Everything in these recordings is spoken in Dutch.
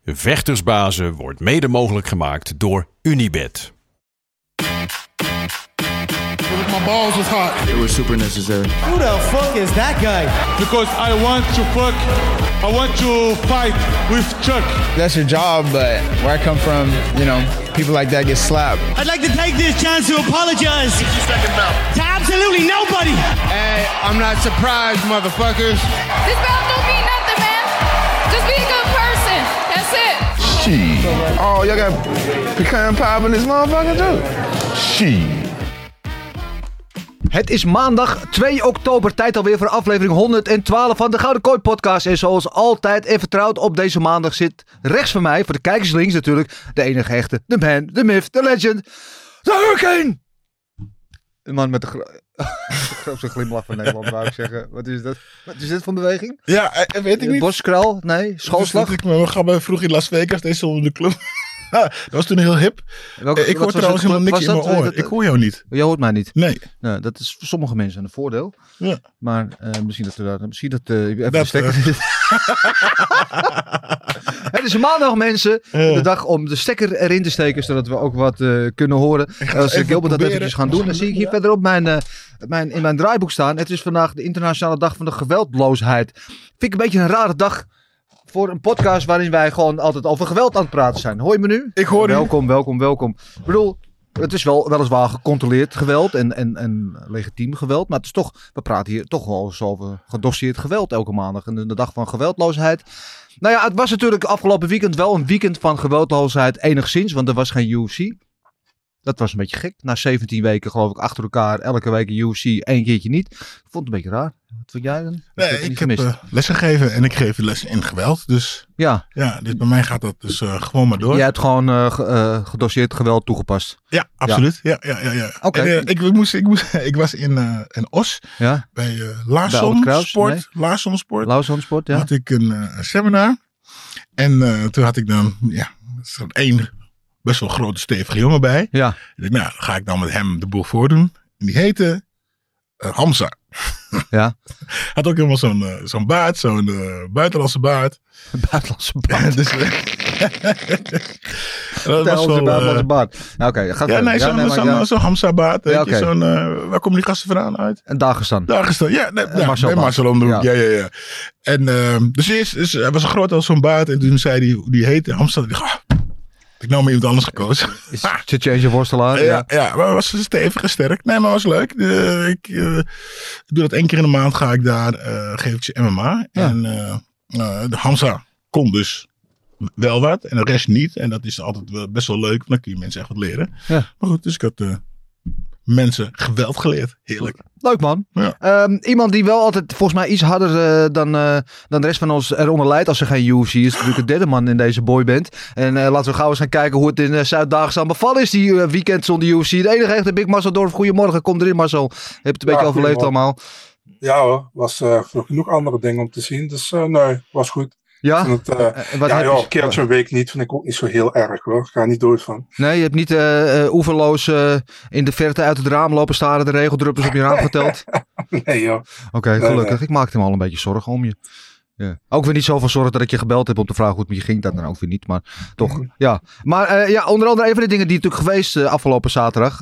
Vechtersbazen wordt mede mogelijk gemaakt door Unibet. My balls was hot. It was super necessary. Who the fuck is that guy? Because I want to fight with Chuck. That's your job, but where I come from, people like that get slapped. I'd like to take this chance to apologize to absolutely nobody. Hey, I'm not surprised, motherfuckers. This belt don't mean nothing, man. Just be a good person. That's it. Shit. Oh, y'all got pecan pie in this motherfucker too? Shit. Het is maandag 2 oktober, tijd alweer voor aflevering 112 van de Gouden Kooi podcast. En zoals altijd en vertrouwd op deze maandag zit rechts van mij, voor de kijkers links natuurlijk, de enige echte, de man, de myth, de legend, de Hurricane! De man met de grootste glimlach van Nederland, wou ik zeggen. Wat is dat? Wat is dit voor beweging? Ja, weet ik niet. Boskral? Nee, schoolslag? We gaan vroeg in Las Vegas, deze onder de club. Dat was toen heel hip. Ik hoor trouwens helemaal niks in mijn oor. Ik hoor jou niet. Jij hoort mij niet? Nee. Nou, dat is voor sommige mensen een voordeel. Ja. Maar misschien dat Het is maandag, mensen. De dag om de stekker erin te steken, zodat we ook wat kunnen horen. Als Gilbert dat eventjes gaan doen, dan zie ik hier verderop in mijn draaiboek staan. Het is vandaag de internationale dag van de geweldloosheid. Vind ik een beetje een rare dag voor een podcast waarin wij gewoon altijd over geweld aan het praten zijn. Hoor je me nu? Ik hoor je. Welkom. Ik bedoel, het is weliswaar gecontroleerd geweld en legitiem geweld. Maar het is toch, we praten hier toch wel eens over gedoseerd geweld elke maandag. En de dag van geweldloosheid. Nou ja, het was natuurlijk afgelopen weekend wel een weekend van geweldloosheid enigszins. Want er was geen UFC. Dat was een beetje gek. Na 17 weken geloof ik achter elkaar. Elke week een UFC, 1 keertje niet. Ik vond het een beetje raar. Wat vond jij dan? Nee, ik heb lessen gegeven en ik geef lessen in geweld. Dus ja, dus bij mij gaat dat dus gewoon maar door. Jij hebt gewoon gedoseerd geweld toegepast? Ja, absoluut. Ja. Okay. Ik was in Os. Ja? Bij Larsson Sport. Larsson Sport, ja. Had ik een seminar. En toen had ik dan zo'n één best wel grote stevige jongen bij. Ja. Ik dacht, dan ga ik dan met hem de boel voordoen. En die heette Hamza. Ja. Had ook helemaal zo'n baard, zo'n buitenlandse baard. Buitenlandse baard. Dus, dat was wel buitenlandse baard. Oké, gaat verder. Zo'n Hamza baard. Ja, okay. Waar komen die gasten vandaan uit? En Dagestan. Ja, Marcel Omdoek. Ja. En dus hij was zo groot als zo'n baard. En toen zei hij, die heette Hamza. Ik nou maar iemand anders gekozen. Change worstelaar. Ja, maar was stevig sterk. Nee, maar was leuk. Ik doe dat 1 keer in de maand. Ga ik daar, geef ik ze MMA. Ja. En de Hamza kon dus wel wat. En de rest niet. En dat is altijd best wel leuk. Dan kun je mensen echt wat leren. Ja. Maar goed, dus ik had mensen geweld geleerd. Heerlijk. Leuk man. Ja. Iemand die wel altijd volgens mij iets harder dan de rest van ons eronder leidt als er geen UFC is. Natuurlijk de derde man in deze boyband. En laten we gauw eens gaan kijken hoe het in Zuid-Dagestan bevallen is die weekend zonder UFC. De enige echte Big Marcel Dorf. Goedemorgen, kom erin Marcel. Heb je het een beetje overleefd allemaal? Ja hoor, was genoeg andere dingen om te zien. Dus nee, was goed. Ja? Een keer zo'n week niet, vind ik ook niet zo heel erg hoor. Ik ga er niet dood van. Nee, je hebt niet oeverloos in de verte uit het raam lopen staren, de regeldruppels op je raam geteld? Nee joh. Oké, gelukkig. Nee. Ik maakte me al een beetje zorgen om je. Ja. Ook weer niet zoveel zorgen dat ik je gebeld heb om te vragen hoe het met je ging. Dat dan ook weer niet, maar toch. Ja. Maar onder andere even de dingen die natuurlijk geweest afgelopen zaterdag.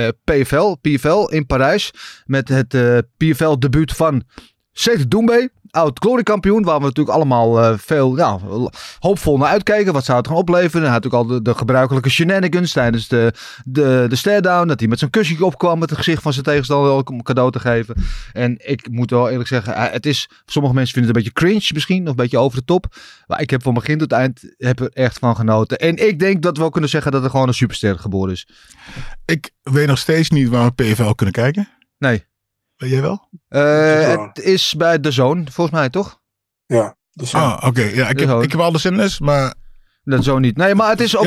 PFL in Parijs. Met het PFL debuut van Seydou Doumbé. Oud gloriekampioen, waar we natuurlijk allemaal veel hoopvol naar uitkeken. Wat zou het gaan opleveren? Hij had natuurlijk al de gebruikelijke shenanigans tijdens de stare-down. Dat hij met zijn kussje opkwam met het gezicht van zijn tegenstander om cadeau te geven. En ik moet wel eerlijk zeggen, het is, sommige mensen vinden het een beetje cringe misschien, of een beetje over de top. Maar ik heb van begin tot eind er echt van genoten. En ik denk dat we ook kunnen zeggen dat er gewoon een superster geboren is. Ik weet nog steeds niet waar we PFL kunnen kijken. Nee. Weet jij wel? Het is bij de Zone, volgens mij, toch? Ja, de Zone. Oké. Ja, ik heb al de zenders, maar Dat zo niet. Nee, maar het is op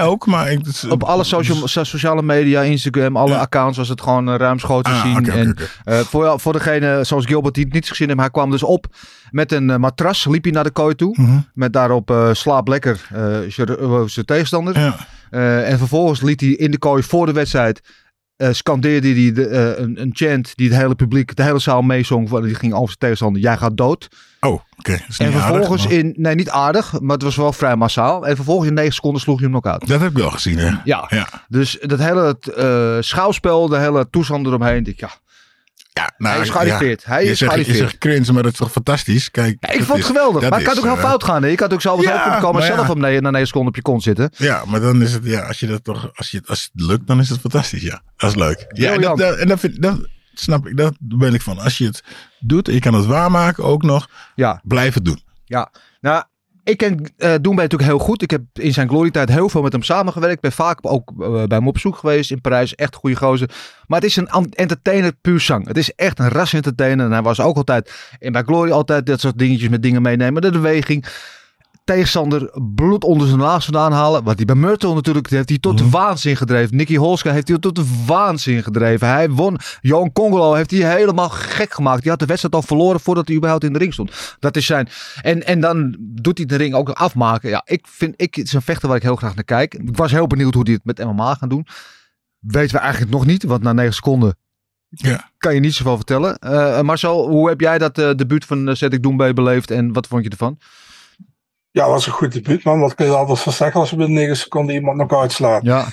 op alle sociale media, Instagram, alle accounts was het gewoon ruimschoots te zien. Voor degene zoals Gilbert die het niet gezien heeft, hij kwam dus op met een matras, liep hij naar de kooi toe. Mm-hmm. Met daarop slaap lekker zijn tegenstander. Ja. En vervolgens liet hij in de kooi voor de wedstrijd scandeerde hij een chant die het hele publiek, de hele zaal meezong. Die ging over zijn tegenstander, jij gaat dood. Oh, oké. Dat is En niet vervolgens aardig, maar... niet aardig, maar het was wel vrij massaal. En vervolgens in 9 seconden sloeg hij hem knock-out. Dat heb ik wel gezien, hè? Ja. Ja. Dus dat hele schouwspel, de hele toestand eromheen. Ja, nou, Hij is gearriveerd. Hij is je gearriveerd. zegt cringe, maar dat is toch fantastisch? Kijk, Ja, ik vond het geweldig. Maar het kan ook heel fout gaan. Hè? Je kan ook zelf Ja, opkomen maar zelf ja. op na 9 seconden op je kont zitten. Ja, maar dan is het, ja, als het lukt, dan is het fantastisch, ja. Dat is leuk. Ja, en dat snap ik, dat ben ik van. Als je het doet en je kan het waarmaken ook nog, blijf het doen. Ja, nou, ik ken Doumbé natuurlijk heel goed. Ik heb in zijn glorietijd heel veel met hem samengewerkt. Ik ben vaak ook bij hem op bezoek geweest in Parijs. Echt een goede gozer. Maar het is een entertainer puur zang. Het is echt een ras-entertainer. En hij was ook altijd, en bij Glory altijd dat soort dingetjes met dingen meenemen. De beweging. Tegenstander bloed onder zijn naast vandaan halen. Wat hij bij Myrtle natuurlijk heeft hij tot de waanzin gedreven. Nicky Holska heeft hij tot de waanzin gedreven. Hij won. Johan Congolo heeft hij helemaal gek gemaakt. Die had de wedstrijd al verloren voordat hij überhaupt in de ring stond. Dat is zijn... En dan doet hij de ring ook afmaken. Ja, het is een vechter waar ik heel graag naar kijk. Ik was heel benieuwd hoe hij het met MMA gaat doen. Weten we eigenlijk nog niet. Want na 9 seconden kan je niet zoveel vertellen. Marcel, hoe heb jij dat debuut van Cedric Doumbé beleefd en wat vond je ervan? Ja, dat was een goed debuut, man. Wat kun je er altijd van zeggen als je binnen 9 seconden iemand nog uitslaat? Ja.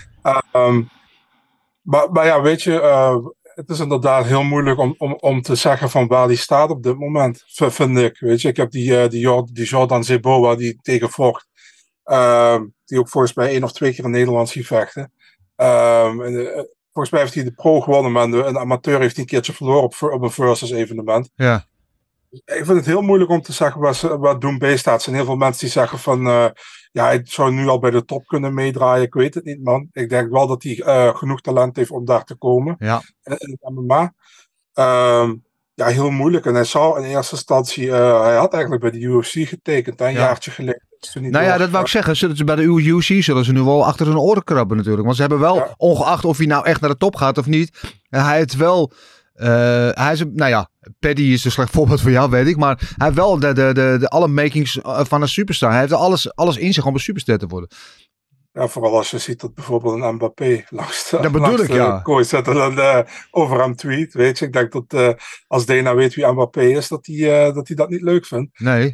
Maar ja, weet je, het is inderdaad heel moeilijk om te zeggen van waar die staat op dit moment, vind ik. Weet je, ik heb die Jordan Zebo waar die tegen vocht, die ook volgens mij 1 of 2 keer in Nederland zie vechten. Volgens mij heeft hij de pro gewonnen, maar een amateur heeft hij een keertje verloren op een versus evenement. Ja. Ik vind het heel moeilijk om te zeggen waar Doumbé staat. Er zijn heel veel mensen die zeggen van... hij zou nu al bij de top kunnen meedraaien. Ik weet het niet, man. Ik denk wel dat hij genoeg talent heeft om daar te komen. Ja. In het MMA. Heel moeilijk. En hij zou in eerste instantie... hij had eigenlijk bij de UFC getekend. Een jaartje geleden. Dat wou ik zeggen. Bij de UFC zullen ze nu wel achter hun oren krabben natuurlijk. Want ze hebben wel, ongeacht of hij nou echt naar de top gaat of niet... hij heeft wel... hij is Paddy is een slecht voorbeeld voor jou, weet ik. Maar hij heeft wel alle makings van een superstar. Hij heeft alles in zich om een superster te worden. Ja, vooral als je ziet dat bijvoorbeeld een Mbappé langs de kooi zit en dan over hem tweet. Weet je, ik denk dat als Dana weet wie Mbappé is, dat hij dat niet leuk vindt. Nee.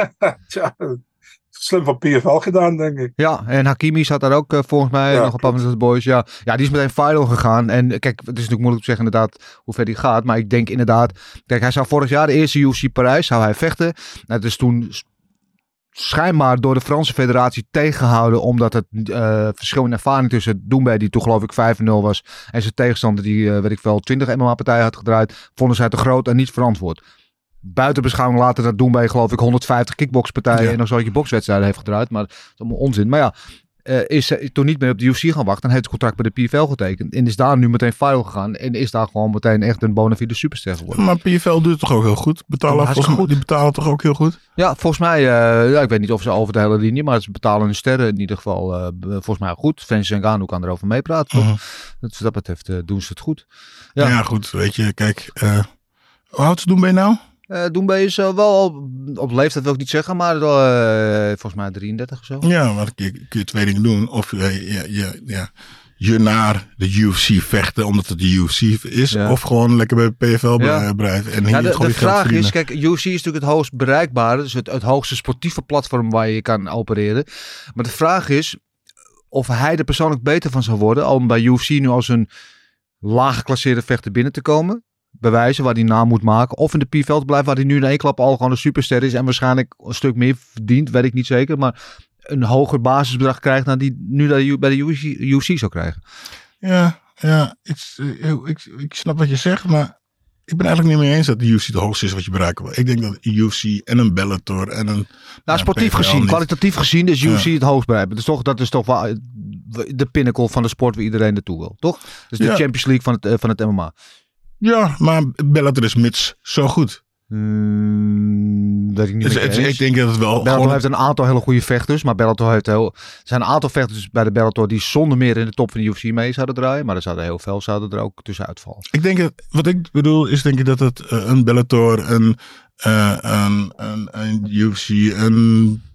Slim van PFL gedaan, denk ik. Ja, en Hakimi zat daar ook volgens mij nog een paar van de boys. Ja, die is meteen final gegaan. En kijk, het is natuurlijk moeilijk te zeggen inderdaad hoe ver die gaat. Maar ik denk inderdaad... Kijk, hij zou vorig jaar de eerste UFC Parijs zou hij vechten. Het is toen schijnbaar door de Franse federatie tegengehouden. Omdat het verschil in ervaring tussen Doumbé, die toen geloof ik 5-0 was. En zijn tegenstander die, 20 MMA-partijen had gedraaid. Vonden zij te groot en niet verantwoord. Buiten beschouwing later dat Doumbé geloof ik 150 kickboxpartijen en nog zo'n bokswedstrijden heeft gedraaid. Maar dat is allemaal onzin. Maar ja, is toen niet meer op de UFC gaan wachten. En heeft het contract bij de PFL getekend. En is daar nu meteen final gegaan. En is daar gewoon meteen echt een bona fide superster geworden. Maar PFL doet het toch ook heel goed? Die betalen toch ook heel goed? Ja, volgens mij, ik weet niet of ze over de hele linie, maar ze betalen hun sterren in ieder geval volgens mij goed. Francis Ngannou kan erover meepraten. Toch? Wat dat betreft doen ze het goed. Ja, goed. Weet je, kijk. Hoe oud is Doumbé nou? Doumbé is wel op leeftijd, wil ik niet zeggen, maar volgens mij 33 of zo. Ja, maar kun je 2 dingen doen. Of je naar de UFC vechten omdat het de UFC is. Ja. Of gewoon lekker bij PFL blijven. En hier de vraag is, kijk, UFC is natuurlijk het hoogst bereikbare. Dus het hoogste sportieve platform waar je kan opereren. Maar de vraag is of hij er persoonlijk beter van zou worden om bij UFC nu als een laag geclasseerde vechter binnen te komen. Bewijzen waar hij naam moet maken. Of in de PFL te blijven waar hij nu in één klap al gewoon een superster is. En waarschijnlijk een stuk meer verdient. Weet ik niet zeker. Maar een hoger basisbedrag krijgt dan die nu bij de UFC zou krijgen. Ja. Ik snap wat je zegt. Maar ik ben eigenlijk niet mee eens dat de UFC de hoogste is wat je bereiken wil. Ik denk dat een UFC en een Bellator en een... sportief PFL gezien, niet. Kwalitatief gezien is UFC het hoogst bereiken. Dat is toch wel de pinnacle van de sport waar iedereen naartoe wil. Toch? Dus de Champions League van het MMA. Ja, maar Bellator is mits zo goed. Weet ik niet ik denk dat het wel... Bellator heeft een aantal hele goede vechters. Maar Bellator heeft er zijn een aantal vechters bij de Bellator die zonder meer in de top van de UFC mee zouden draaien. Maar er zouden heel veel er ook tussen uitvallen. Ik denk wat ik bedoel is denk ik dat het een Bellator, een UFC,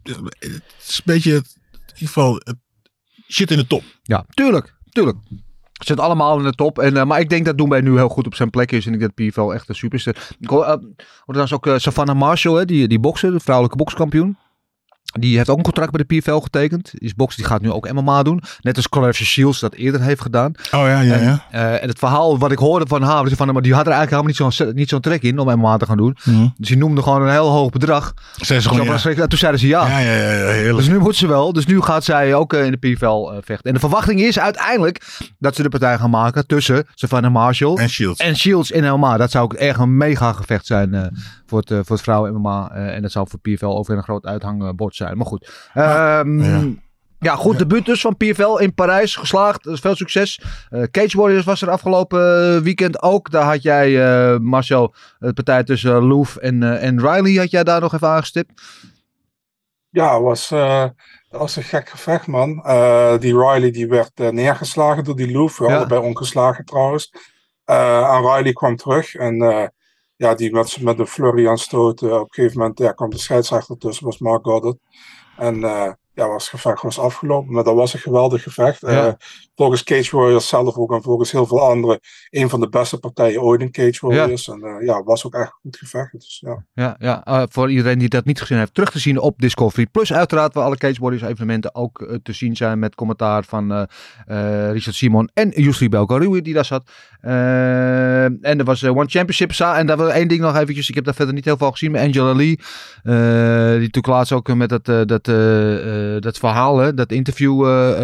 het is een beetje in ieder geval het zit in de top. Ja, tuurlijk. Zit allemaal in de top. Maar ik denk dat Doumbé nu heel goed op zijn plek is. En ik denk dat PFL echt een superster. Ik hoorde trouwens ook Savannah Marshall, hè, die bokser, de vrouwelijke bokskampioen. Die heeft ook een contract bij de PFL getekend. Die gaat nu ook MMA doen. Net als Clarissa Shields dat eerder heeft gedaan. Oh ja. En het verhaal wat ik hoorde van haar, maar die had er eigenlijk helemaal niet zo'n trek in om MMA te gaan doen. Mm. Dus die noemde gewoon een heel hoog bedrag. Zei ze gewoon, Toen zeiden ze ja. Ja, heerlijk. Dus nu moet ze wel. Dus nu gaat zij ook in de PFL vechten. En de verwachting is uiteindelijk dat ze de partij gaan maken tussen Savannah Marshall en Shields in MMA. Dat zou ook echt een mega gevecht zijn voor het vrouwen MMA. En dat zou voor PFL ook weer een groot uithangbord zijn. Maar goed. Goed, debuut dus van PFL in Parijs. Geslaagd. Veel succes. Cage Warriors was er afgelopen weekend ook. Daar had jij, Marcel, de partij tussen Loof en Riley. Had jij daar nog even aangestipt? Ja, dat was een gek gevecht, man. Die Riley die werd neergeslagen door die Loof. Allebei ongeslagen trouwens. En Riley kwam terug. En die met een flurry aan stoten. Op een gegeven moment kwam de scheidsrechter tussen. Was Mark Goddard. En het gevecht was afgelopen. Maar dat was een geweldig gevecht. Volgens Cage Warriors zelf ook. En volgens heel veel anderen. Een van de beste partijen ooit in Cage Warriors. En was ook echt een goed gevecht. Dus, voor iedereen die dat niet gezien heeft. Terug te zien op Discovery. Plus uiteraard waar alle Cage Warriors evenementen ook te zien zijn. Met commentaar van Richard Simon en Yusri Belkaraoui die daar zat. En er was One Championship. En daar was één ding nog eventjes. Ik heb daar verder niet heel veel gezien. Met Angela Lee. Die natuurlijk laatst ook met dat verhaal, hè, dat interview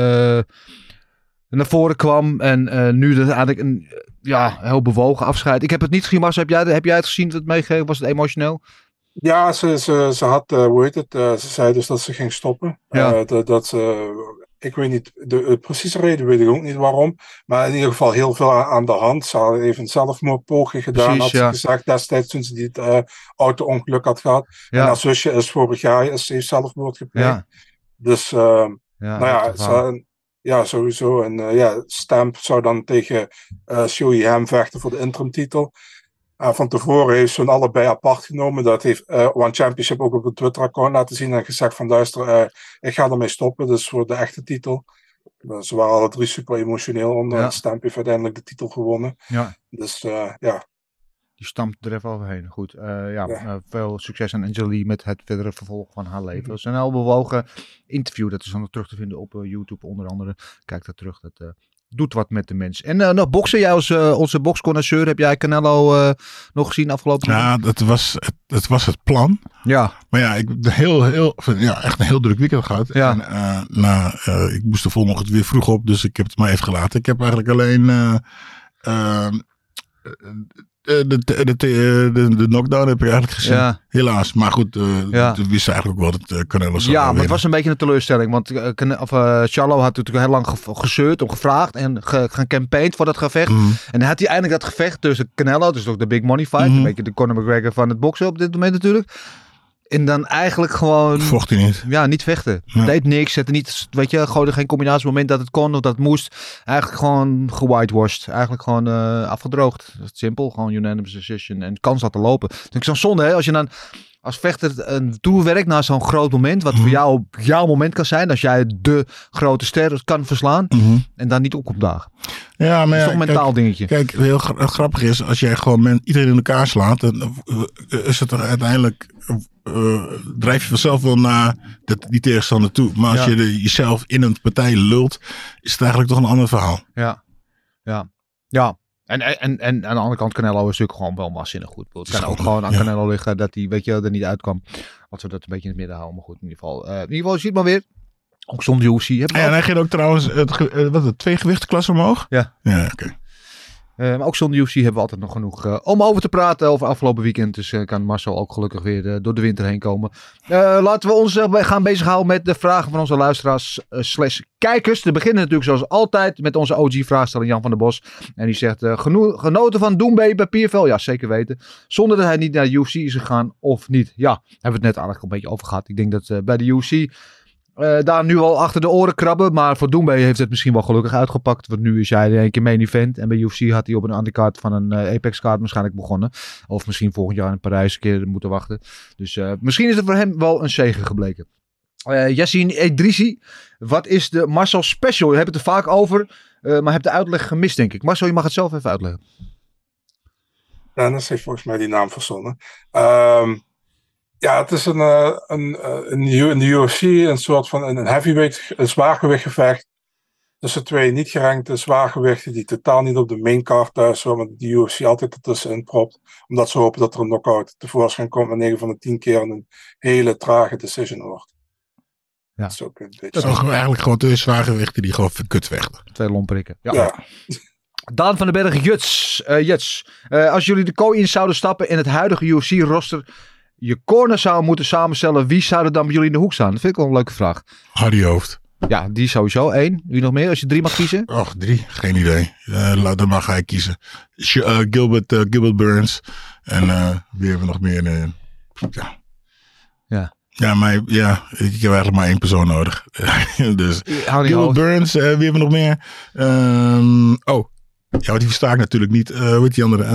naar voren kwam. En nu dus eigenlijk een heel bewogen afscheid. Ik heb het niet gezien, maar heb jij het gezien? Het meegegeven? Was het emotioneel? Ja, ze had, ze zei dus dat ze ging stoppen. Ik weet niet, de precieze reden weet ik ook niet waarom. Maar in ieder geval heel veel aan de hand. Ze had even een zelfmoordpoging gedaan, had ze gezegd destijds toen ze die auto-ongeluk had gehad. En haar zusje is vorig jaar zelfmoord gepleegd. Dus, sowieso. En Stamp zou dan tegen Shoei Ham vechten voor de interimtitel. Van tevoren heeft ze hun allebei apart genomen. Dat heeft One Championship ook op een Twitter-account laten zien. En gezegd van luister, ik ga ermee stoppen. Dus voor de echte titel. Ze waren alle drie super emotioneel onder. Stamp heeft uiteindelijk de titel gewonnen. Ja. Dus Die stampt er even overheen. Goed. Veel succes aan Angelique met het verdere vervolg van haar leven. Dat is een heel bewogen interview. Dat is dan nog terug te vinden op YouTube onder andere. Kijk daar terug. Dat doet wat met de mens. En nog boksen. Jij als onze boksconnoisseur. Heb jij Canelo nog gezien afgelopen week? Ja, dat was het plan. Ja. Maar ja, ik heb echt een heel druk weekend gehad. Ja. En ik moest de volgende ochtend weer vroeg op. Dus ik heb het maar even gelaten. Ik heb eigenlijk alleen de knockdown heb ik eigenlijk gezien. Ja. Helaas. Maar goed, we wisten eigenlijk ook wel dat Canelo zou maar het was een beetje een teleurstelling. Want Charlo had natuurlijk heel lang gezeurd of gevraagd en gaan campaigned voor dat gevecht. En dan had hij eindelijk dat gevecht tussen Canelo, dus ook de big money fight. Een beetje de Conor McGregor van het boksen op dit moment natuurlijk. En dan eigenlijk gewoon... Vocht hij niet. Ja, niet vechten. Ja. Deed niks. Zette niet, gooide geen combinatiemoment dat het kon of dat het moest. Eigenlijk gewoon gewhitewashed. Eigenlijk gewoon afgedroogd. Dat is simpel. Gewoon unanimous decision. En kans had te lopen. Dus ik zo'n zonde, hè. Als je dan als vechter toewerkt naar zo'n groot moment. Wat voor jou jouw moment kan zijn. Als jij de grote ster kan verslaan. En dan niet opkomt dagen. Ja, maar dat is toch een mentaal dingetje. Kijk, heel grappig is. Als jij gewoon iedereen in elkaar slaat. Dan is het er uiteindelijk... drijf je vanzelf wel naar die tegenstander toe. Maar als je jezelf in een partij lult, is het eigenlijk toch een ander verhaal. Ja. En aan de andere kant, Canelo is natuurlijk gewoon wel waanzinnig goed. Het kan ook gewoon aan Canelo liggen dat hij er niet uitkwam. Als we dat een beetje in het midden houden. Maar goed, in ieder geval, je ziet maar weer. Ook zonder UFC. En hij ging ook trouwens 2 gewichtenklassen omhoog. Ja, oké. Maar ook zonder UFC hebben we altijd nog genoeg om over te praten over afgelopen weekend. Dus kan Marcel ook gelukkig weer door de winter heen komen. Laten we ons gaan bezighouden met de vragen van onze luisteraars / kijkers. We beginnen natuurlijk zoals altijd met onze OG-vraagsteller Jan van der Bos. En die zegt, genoten van Doumbé bij PFL? Ja, zeker weten. Zonder dat hij niet naar de UFC is gegaan of niet. Ja, hebben we het net eigenlijk een beetje over gehad. Ik denk dat bij de UFC... daar nu al achter de oren krabben. Maar voor Doumbé heeft het misschien wel gelukkig uitgepakt. Want nu is hij in één keer main event. En bij UFC had hij op een undercard van een Apex card waarschijnlijk begonnen. Of misschien volgend jaar in Parijs een keer moeten wachten. Dus misschien is het voor hem wel een zegen gebleken. Yassine Edrissi. Wat is de Marcel Special? Je hebt het er vaak over, maar hebt de uitleg gemist, denk ik. Marcel, je mag het zelf even uitleggen. Dennis heeft volgens mij die naam verzonnen. Het is in de UFC een soort van een heavyweight, een zwaargewichtgevecht tussen twee niet gerankte zwaargewichten die totaal niet op de maincard thuis zijn, maar de UFC altijd ertussenin propt. Omdat ze hopen dat er een knockout tevoorschijn komt en 9 van de 10 keer een hele trage decision wordt. Ja. Dat is ook een beetje... Dat zijn eigenlijk gewoon twee zwaargewichten die gewoon verkut vechten. 2 lomprikken. Ja. Daan van den Berg, Jets. Als jullie de in zouden stappen en het huidige UFC-roster je corner zou moeten samenstellen, wie zou er dan bij jullie in de hoek staan? Dat vind ik wel een leuke vraag. Hardy Hoofd. Ja, die sowieso. 1. Wie nog meer? Als je 3 mag kiezen? 3. Geen idee. Dan mag hij kiezen. Gilbert Burns. En wie hebben we nog meer? Ja, ik heb eigenlijk maar 1 persoon nodig. Dus Gilbert Burns. Wie hebben we nog meer? Die versta ik natuurlijk niet. Hoe heet die andere?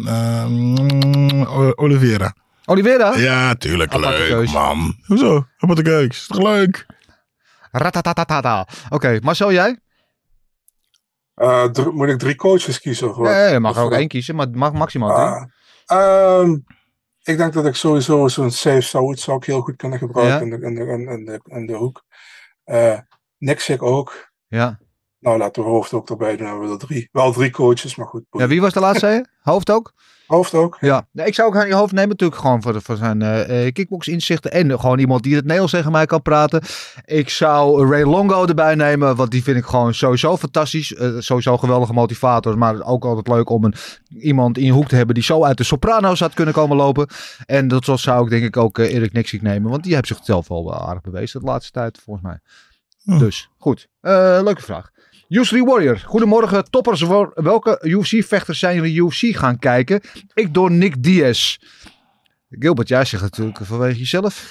Oliveira. Oliveira? Ja, tuurlijk. Aparte leuk, keus. man. Hoezo? Aparte keus. Is toch leuk? Ratatatata. Oké, Marcel, jij? Moet ik 3 coaches kiezen? Of wat? Nee, je mag er ook 1 kiezen, maar het mag maximaal 3. Ik denk dat ik sowieso zo'n safe zou ik heel goed kunnen gebruiken in de hoek. Nixick ook. Ja. Nou, laten we Hoofd ook erbij doen. Dan hebben we er 3. Wel 3 coaches, maar goed. Ja, wie was de laatste, zei je? Hoofd ook? Hoofd ook. Ja. Nee, ik zou ook aan je Hoofd nemen natuurlijk gewoon voor zijn kickbox inzichten. En gewoon iemand die het Nederlands tegen mij kan praten. Ik zou Ray Longo erbij nemen. Want die vind ik gewoon sowieso fantastisch. Sowieso geweldige motivator. Maar ook altijd leuk om iemand in je hoek te hebben die zo uit de Soprano's had kunnen komen lopen. En dat zou ik denk ik ook Erik Nixick nemen. Want die heeft zichzelf wel aardig bewezen de laatste tijd volgens mij. Dus goed. Leuke vraag. Usually Warrior. Goedemorgen toppers. Welke UFC-vechters zijn jullie UFC gaan kijken? Ik door Nick Diaz. Gilbert, jij zegt natuurlijk vanwege jezelf.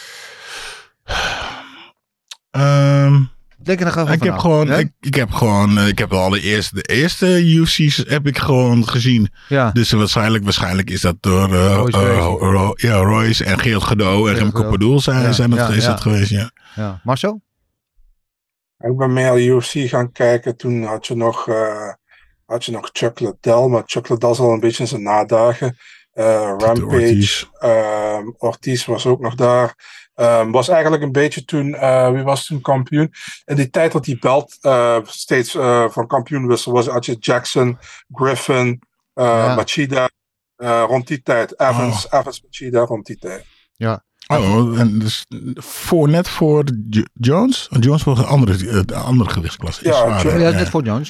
Denk er nog even ik heb al de eerste UFC's heb ik gewoon gezien. Ja. Dus waarschijnlijk is dat door Royce en Geert Godot en Remco Padoel dat geweest. Ja. Marcel? Ik ben meer UFC gaan kijken. Toen had je nog Chuck Liddell. Maar Chuck Liddell is al een beetje in zijn nadagen. Rampage. Ortiz was ook nog daar. Was eigenlijk een beetje toen... wie was toen kampioen? In die tijd dat die belt steeds van kampioen wissel had je Jackson, Griffin, Machida. Rond die tijd. Evans, Machida rond die tijd. Ja. En dus net voor Jones? Jones was een andere gewichtsklasse. Net voor Jones,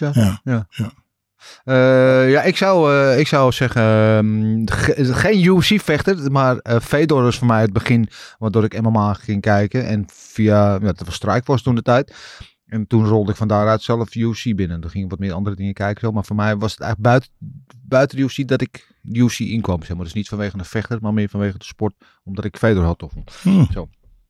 ja. Ik zou zeggen, geen UFC-vechter, maar Fedor is voor mij het begin waardoor ik MMA ging kijken. En dat was Strikeforce toen de tijd. En toen rolde ik van daaruit zelf UFC binnen. Dan ging ik wat meer andere dingen kijken. Zo. Maar voor mij was het eigenlijk buiten de UFC dat ik de UFC inkwam. Zeg maar. Dus niet vanwege een vechter, maar meer vanwege de sport. Omdat ik Fedor had tof vond. Zo.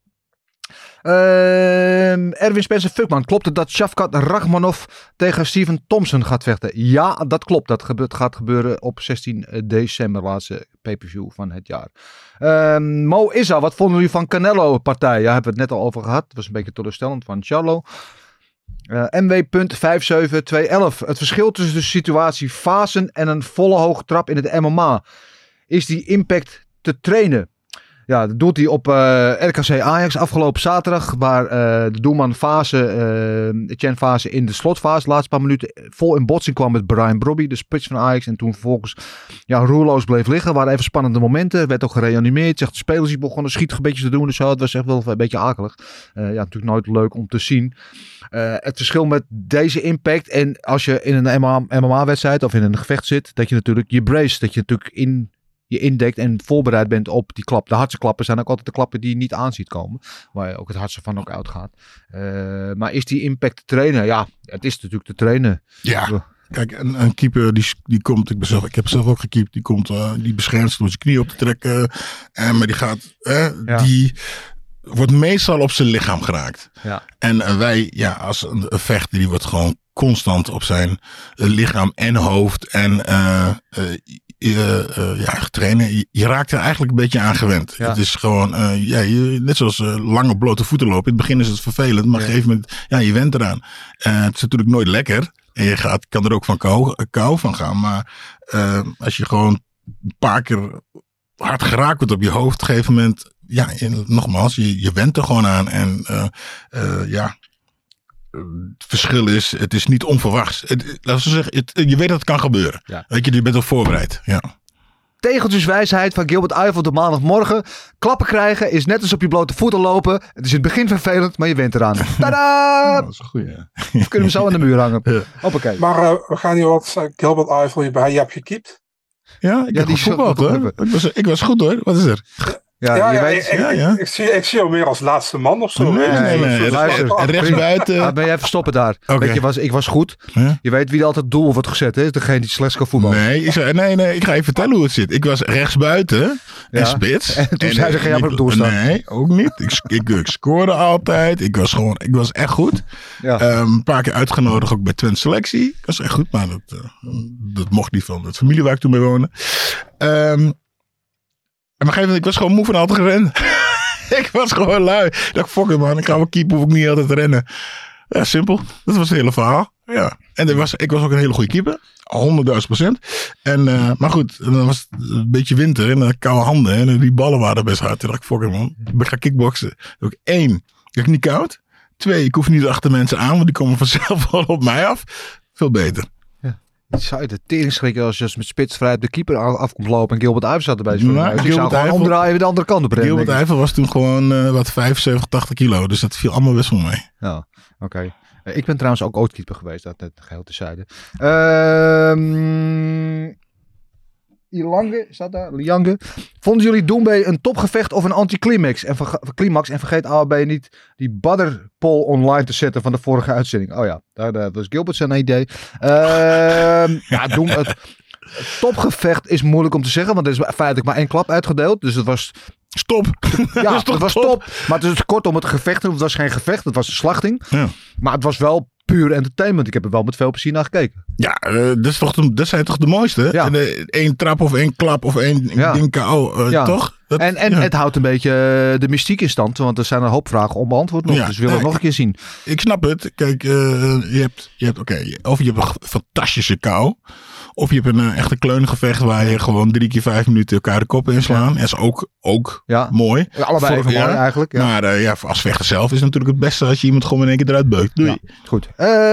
Erwin Spencer Fuckman. Klopt het dat Shavkat Rakhmonov tegen Steven Thompson gaat vechten? Ja, dat klopt. Dat gaat gebeuren op 16 december. Laatste pay-per-view van het jaar. Mo Issa, wat vonden jullie van Canelo-partij? Ja, hebben we het net al over gehad. Het was een beetje teleurstellend van Charlo. MW.57211. Het verschil tussen de situatie fasen en een volle hoge trap in het MMA. Is die impact te trainen? Ja, dat doet hij op RKC Ajax afgelopen zaterdag. Waar de doelman Etienne Fase in de slotfase, laatste paar minuten, vol in botsing kwam met Brian Brobby, de spits van Ajax. En toen vervolgens roerloos bleef liggen. Waren even spannende momenten. Werd ook gereanimeerd. Zegt de spelers die begonnen schietgebedjes te doen. Dus het was echt wel een beetje akelig. Natuurlijk nooit leuk om te zien. Het verschil met deze impact. En als je in een MMA-wedstrijd of in een gevecht zit, dat je natuurlijk je brace, dat je natuurlijk je indekt en voorbereid bent op die klap. De hardste klappen zijn ook altijd de klappen die je niet aan ziet komen. Waar je ook het hardste van ook uitgaat. Maar is die impact te trainen? Ja, het is natuurlijk te trainen. Ja. Kijk, een keeper die komt, ik heb zelf ook gekiept, die beschermt door zijn knie op te trekken. Maar die gaat, die wordt meestal op zijn lichaam geraakt. Ja. En wij, als een vechter, die wordt gewoon constant op zijn lichaam en hoofd. En trainen, je raakt er eigenlijk een beetje aan gewend. Ja. Het is gewoon, net zoals lang op blote voeten lopen. In het begin is het vervelend, maar op een gegeven moment, je went eraan. Het is natuurlijk nooit lekker. En je kan er ook van kou van gaan. Maar als je gewoon een paar keer hard geraakt wordt op je hoofd, op een gegeven moment, nogmaals, je went er gewoon aan. En het verschil is, het is niet onverwachts. Laten we zeggen, je weet dat het kan gebeuren. Ja. Weet je bent al voorbereid. Ja. Tegeltjeswijsheid van Gilbert Eiffel de maandagmorgen. Klappen krijgen is net als op je blote voeten lopen. Het is in het begin vervelend, maar je went eraan. Tadaa! Dat is een goeie. We kunnen hem zo aan de muur hangen. Ja. Hoppakee. Maar we gaan hier wat Gilbert Eiffel je hebt gekiept. Ja, ik heb gevoetbald hoor. Ik was goed hoor. Wat is er? Ik zie jou meer als laatste man of zo. Nee. Rechtsbuiten. Ben jij even stoppen daar. Okay. Weet je, ik was goed. Huh? Je weet wie er altijd doel wordt gezet. Hè? Degene die slechts kan voetballen. Nee, ik ga je vertellen hoe het zit. Ik was rechtsbuiten en spits. En toen zei ze, ga jij maar op doel staan. Nee, ook niet. Ik scoorde altijd. Ik was echt goed. Ja. Een paar keer uitgenodigd ook bij Twente Selectie. Ik was echt goed, maar dat mocht niet van de familie waar ik toen mee woonde. En op een gegeven moment, ik was gewoon moe van al te rennen. Ik was gewoon lui. Ik dacht, fuck it man, ik ga wel keeper, hoef ik niet altijd te rennen. Ja, simpel. Dat was het hele verhaal. Ja. En ik was ook een hele goede keeper. 100.000%. En, maar goed, dan was het een beetje winter en koude handen. En die ballen waren best hard. Toen dacht ik, fuck it man, ik ga kickboksen. Dan ik 1, ik heb niet koud. 2, ik hoef niet achter mensen aan, want die komen vanzelf wel op mij af. Veel beter. Zou je de tering schrikken als je met spitsvrij op de keeper af komt lopen en Gilbert Eiffel zat erbij. Ik zou gewoon omdraaien en de andere kant op rennen. Gilbert Eiffel was toen gewoon 75, 80 kilo. Dus dat viel allemaal best wel mee. Ja, oké. Ik ben trouwens ook ooit keeper geweest. Dat net geheel tezijde. Ilange, staat daar? Liange. Vonden jullie Doumbé een topgevecht of een anticlimax? En vergeet AOB niet die Badr poll online te zetten van de vorige uitzending. Oh ja, daar was Gilbert zijn idee. Het topgevecht is moeilijk om te zeggen, want er is feitelijk maar 1 klap uitgedeeld. Dus het was... Stop. Ja, het was top. Maar het is kortom het gevecht. Het was geen gevecht, het was een slachting. Ja. Maar het was wel puur entertainment. Ik heb er wel met veel plezier naar gekeken. Ja, dat zijn toch de mooiste? Ja. 1 trap of 1 klap of 1 ding KO, toch? Het houdt een beetje de mystiek in stand. Want er zijn een hoop vragen onbeantwoord nog. Dus we willen het nog een keer zien. Ik snap het. Kijk, je hebt of je hebt een fantastische KO. Of je hebt een echte kleungevecht waar je gewoon 3 keer 5 minuten elkaar de kop inslaan. Dat is ook mooi. Allebei even mooi eigenlijk. Ja. Maar als vechter zelf is het natuurlijk het beste als je iemand gewoon in 1 keer eruit beukt. Doei. Ja, goed.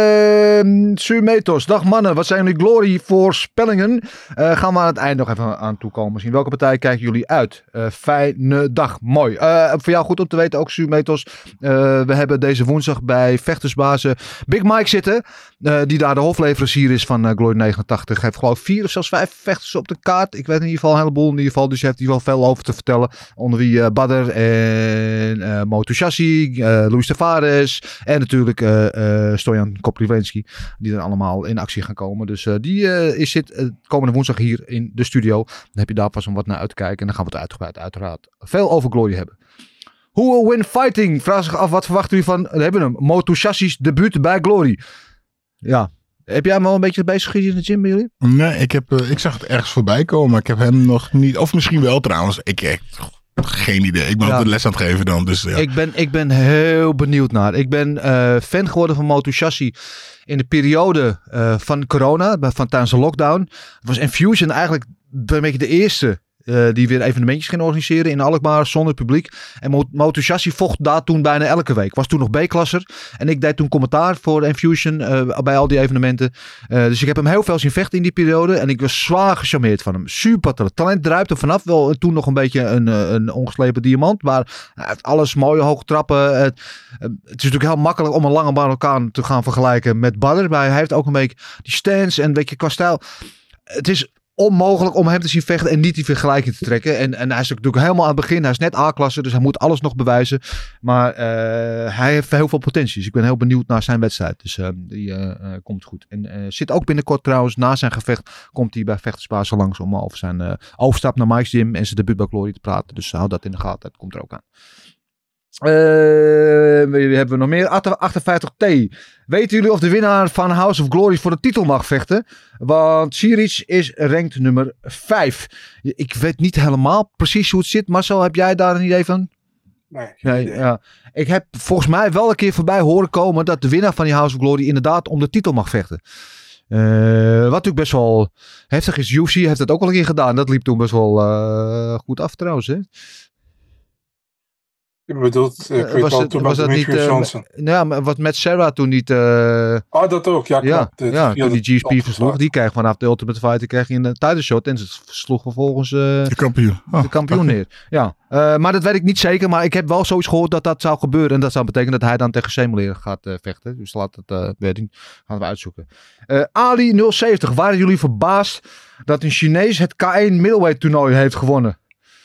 Sumetos, dag mannen. Wat zijn jullie glory voorspellingen? Gaan we aan het eind nog even aan toekomen. Misschien welke partij kijken jullie uit? Fijne dag. Mooi. Voor jou goed om te weten ook Sumetos. We hebben deze woensdag bij vechtersbazen Big Mike zitten. Die daar de hofleverancier is van Glory 89. Hij heeft geloof 4 of zelfs 5 vechters op de kaart. Ik weet in ieder geval een heleboel in ieder geval. Dus je hebt hier wel veel over te vertellen. Onder wie Badr en Moto Chassi, Luis Tavares en natuurlijk Stojan Koprivinsky. Die er allemaal in actie gaan komen. Dus die zit komende woensdag hier in de studio. Dan heb je daar vast om wat naar uit te kijken. En dan gaan we het uitgebreid uiteraard veel over Glory hebben. Who will win fighting? Vraag zich af, wat verwachten jullie van? We hebben hem. Moto Chassi's debuut bij Glory. Ja. Heb jij hem al een beetje bezig gezien in de gym bij jullie? Nee, ik zag het ergens voorbij komen, maar ik heb hem nog niet... Of misschien wel trouwens. Ik heb geen idee. Ik ben altijd les aan het geven dan. Dus, ja. Ik ben heel benieuwd naar. Ik ben fan geworden van Moto Chassi in de periode van corona, tijdens de lockdown. Het was Enfusion eigenlijk een beetje de eerste... die weer evenementjes ging organiseren in Alkmaar zonder publiek. En Moto Chassi vocht daar toen bijna elke week. Was toen nog B-klasser. En ik deed toen commentaar voor Enfusion bij al die evenementen. Dus ik heb hem heel veel zien vechten in die periode. En ik was zwaar gecharmeerd van hem. Super talent druipt er vanaf. Wel toen nog een beetje een ongeslepen diamant. Maar hij heeft alles mooie hoge trappen. Het is natuurlijk heel makkelijk om een lange Marokkaan te gaan vergelijken met Badr. Maar hij heeft ook een beetje die stance en een beetje qua stijl. Het is onmogelijk om hem te zien vechten en niet die vergelijking te trekken. En hij is natuurlijk helemaal aan het begin. Hij is net A-klasse, dus hij moet alles nog bewijzen. Maar hij heeft heel veel potentie. Dus ik ben heel benieuwd naar zijn wedstrijd. Dus die komt goed. En zit ook binnenkort trouwens, na zijn gevecht, komt hij bij Vechtersbaas langs om over zijn overstap naar Mike's Gym en zijn debuut bij Glory te praten. Dus houd dat in de gaten. Dat komt er ook aan. Wie hebben we nog meer? 58T. Weten jullie of de winnaar van House of Glory voor de titel mag vechten? Want Siric is ranked nummer 5. Ik weet niet helemaal precies hoe het zit. Marcel, heb jij daar een idee van? Nee, ja. Ik heb volgens mij wel een keer voorbij horen komen dat de winnaar van die House of Glory inderdaad om de titel mag vechten. Wat natuurlijk best wel heftig is. UFC heeft dat ook al een keer gedaan. Dat liep toen best wel goed af trouwens. Hè? Je bedoelt, ik weet wel, toen was dat niet Johnson. Ja, maar wat met Sarah toen niet... dat ook, ja, klopt. Ja, toen die GSP versloeg. Die kreeg vanaf de Ultimate Fighter kreeg je een title shot. En ze sloeg vervolgens de kampioen. De kampioen neer. Ja, maar dat weet ik niet zeker. Maar ik heb wel zoiets gehoord dat dat zou gebeuren. En dat zou betekenen dat hij dan tegen Semelier gaat vechten. Dus laat het gaan we uitzoeken. Ali 070. Waren jullie verbaasd dat een Chinees het K1 middleweight toernooi heeft gewonnen?